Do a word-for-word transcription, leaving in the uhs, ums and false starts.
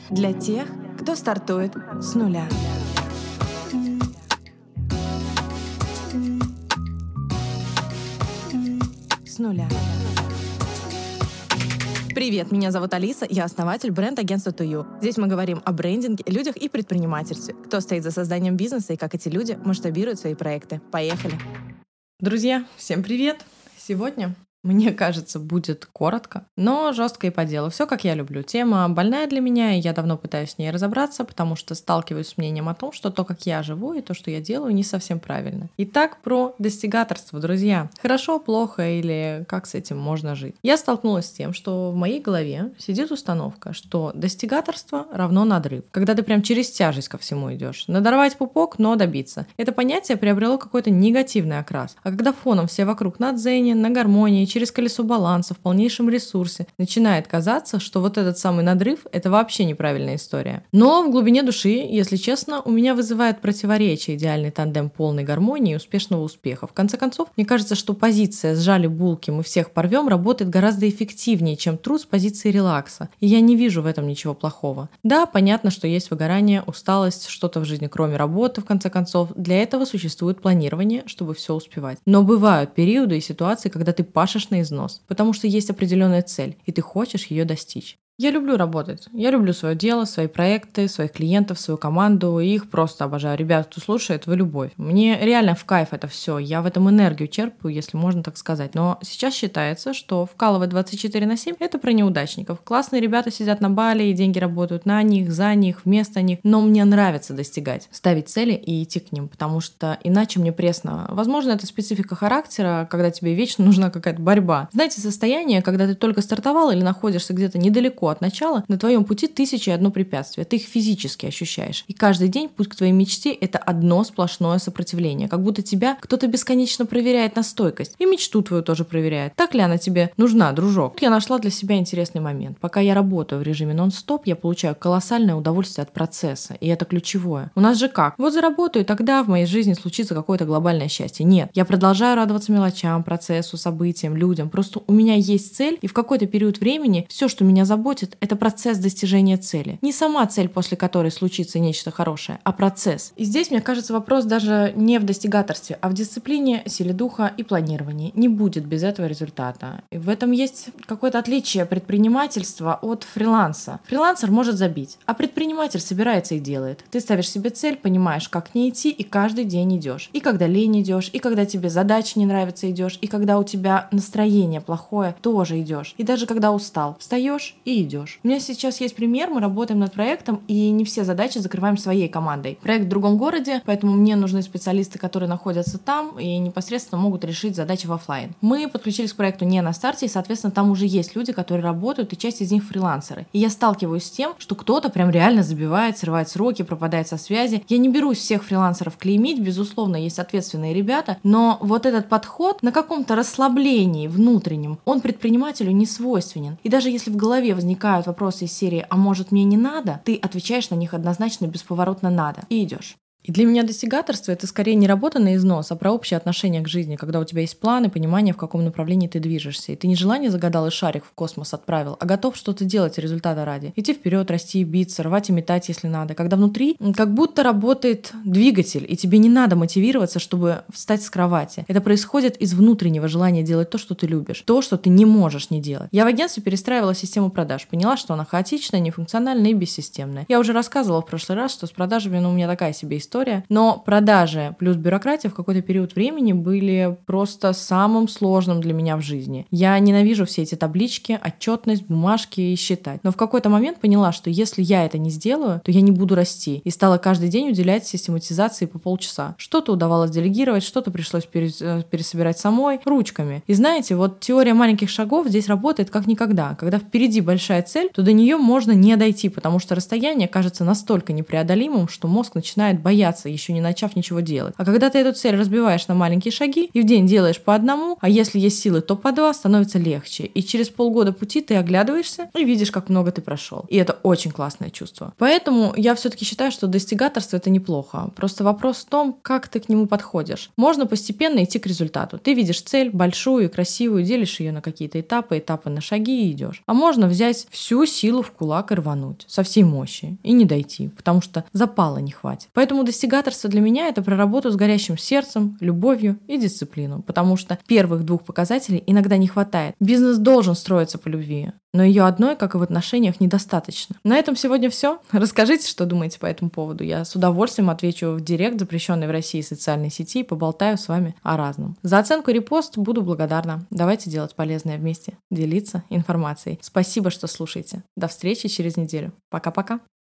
Для тех, кто стартует с нуля. С нуля. Привет, меня зовут Алиса, я основатель бренд-агентства ту ю. Здесь мы говорим о брендинге, людях и предпринимательстве. Кто стоит за созданием бизнеса и как эти люди масштабируют свои проекты. Поехали! Друзья, всем привет! Сегодня, мне кажется, будет коротко, но жестко и по делу. Все, как я люблю. Тема больная для меня, и я давно пытаюсь с ней разобраться, потому что сталкиваюсь с мнением о том, что то, как я живу, и то, что я делаю, не совсем правильно. Итак, про достигаторство, друзья. Хорошо, плохо или как с этим можно жить? Я столкнулась с тем, что в моей голове сидит установка, что достигаторство равно надрыв. Когда ты прям через тяжесть ко всему идешь. Надорвать пупок, но добиться. Это понятие приобрело какой-то негативный окрас. А когда фоном все вокруг на дзене, на гармонии, через колесо баланса, в полнейшем ресурсе, начинает казаться, что вот этот самый надрыв – это вообще неправильная история. Но в глубине души, если честно, у меня вызывает противоречие идеальный тандем полной гармонии и успешного успеха. В конце концов, мне кажется, что позиция «сжали булки, мы всех порвем» работает гораздо эффективнее, чем труд с позиции релакса. И я не вижу в этом ничего плохого. Да, понятно, что есть выгорание, усталость, что-то в жизни кроме работы, в конце концов. Для этого существует планирование, чтобы все успевать. Но бывают периоды и ситуации, когда ты пашешь на износ, потому что есть определенная цель, и ты хочешь ее достичь. Я люблю работать. Я люблю свое дело, свои проекты, своих клиентов, свою команду. И их просто обожаю. Ребят, кто слушает, вы любовь. Мне реально в кайф это все. Я в этом энергию черпаю, если можно так сказать. Но сейчас считается, что вкалывать двадцать четыре на семь – это про неудачников. Классные ребята сидят на бале, и деньги работают на них, за них, вместо них. Но мне нравится достигать, ставить цели и идти к ним, потому что иначе мне пресно. Возможно, это специфика характера, когда тебе вечно нужна какая-то борьба. Знаете, состояние, когда ты только стартовал или находишься где-то недалеко от начала, на твоем пути тысячи и одно препятствие. Ты их физически ощущаешь. И каждый день путь к твоей мечте – это одно сплошное сопротивление. Как будто тебя кто-то бесконечно проверяет на стойкость. И мечту твою тоже проверяет. Так ли она тебе нужна, дружок? Я нашла для себя интересный момент. Пока я работаю в режиме нон-стоп, я получаю колоссальное удовольствие от процесса. И это ключевое. У нас же как? Вот заработаю, и тогда в моей жизни случится какое-то глобальное счастье. Нет. Я продолжаю радоваться мелочам, процессу, событиям, людям. Просто у меня есть цель, и в какой-то период времени все, что меня заботит, это процесс достижения цели. Не сама цель, после которой случится нечто хорошее, а процесс. И здесь, мне кажется, вопрос даже не в достигаторстве, а в дисциплине, силе духа и планировании. Не будет без этого результата. И в этом есть какое-то отличие предпринимательства от фриланса. Фрилансер может забить, а предприниматель собирается и делает. Ты ставишь себе цель, понимаешь, как к ней идти, и каждый день идешь. И когда лень идешь, и когда тебе задача не нравится, идешь, и когда у тебя настроение плохое, тоже идешь. И даже когда устал, встаешь и идешь. У меня сейчас есть пример, мы работаем над проектом, и не все задачи закрываем своей командой. Проект в другом городе, поэтому мне нужны специалисты, которые находятся там и непосредственно могут решить задачи в офлайн. Мы подключились к проекту не на старте, и, соответственно, там уже есть люди, которые работают, и часть из них фрилансеры. И я сталкиваюсь с тем, что кто-то прям реально забивает, срывает сроки, пропадает со связи. Я не берусь всех фрилансеров клеймить, безусловно, есть ответственные ребята, но вот этот подход на каком-то расслаблении внутреннем, он предпринимателю не свойственен. И даже если в голове возникает возникают вопросы из серии «А может, мне не надо?», ты отвечаешь на них однозначно, бесповоротно «надо» и идешь. И для меня достигаторство — это скорее не работа на износ, а про общее отношение к жизни, когда у тебя есть план и понимание, в каком направлении ты движешься. И ты не желание загадал и шарик в космос отправил, а готов что-то делать результата ради. Идти вперед, расти, биться, рвать и метать, если надо. Когда внутри как будто работает двигатель, и тебе не надо мотивироваться, чтобы встать с кровати. Это происходит из внутреннего желания делать то, что ты любишь, то, что ты не можешь не делать. Я в агентстве перестраивала систему продаж, поняла, что она хаотичная, нефункциональная и бессистемная. Я уже рассказывала в прошлый раз, что с продажами, ну, у меня такая себе история. Но продажи плюс бюрократия в какой-то период времени были просто самым сложным для меня в жизни. Я ненавижу все эти таблички, отчетность, бумажки и считать. Но в какой-то момент поняла, что если я это не сделаю, то я не буду расти. И стала каждый день уделять систематизации по полчаса. Что-то удавалось делегировать, что-то пришлось пересобирать самой ручками. И знаете, вот теория маленьких шагов здесь работает как никогда. Когда впереди большая цель, то до нее можно не дойти, потому что расстояние кажется настолько непреодолимым, что мозг начинает бояться бояться, еще не начав ничего делать. А когда ты эту цель разбиваешь на маленькие шаги и в день делаешь по одному, а если есть силы, то по два, становится легче. И через полгода пути ты оглядываешься и видишь, как много ты прошел. И это очень классное чувство. Поэтому я все-таки считаю, что достигаторство — это неплохо. Просто вопрос в том, как ты к нему подходишь. Можно постепенно идти к результату. Ты видишь цель большую и красивую, делишь ее на какие-то этапы, этапы на шаги и идешь. А можно взять всю силу в кулак и рвануть со всей мощи и не дойти, потому что запала не хватит. Поэтому достигаторство для меня — это про работу с горящим сердцем, любовью и дисциплину, потому что первых двух показателей иногда не хватает. Бизнес должен строиться по любви, но ее одной, как и в отношениях, недостаточно. На этом сегодня все. Расскажите, что думаете по этому поводу. Я с удовольствием отвечу в директ запрещенной в России социальной сети и поболтаю с вами о разном. За оценку и репост буду благодарна. Давайте делать полезное вместе, делиться информацией. Спасибо, что слушаете. До встречи через неделю. Пока-пока.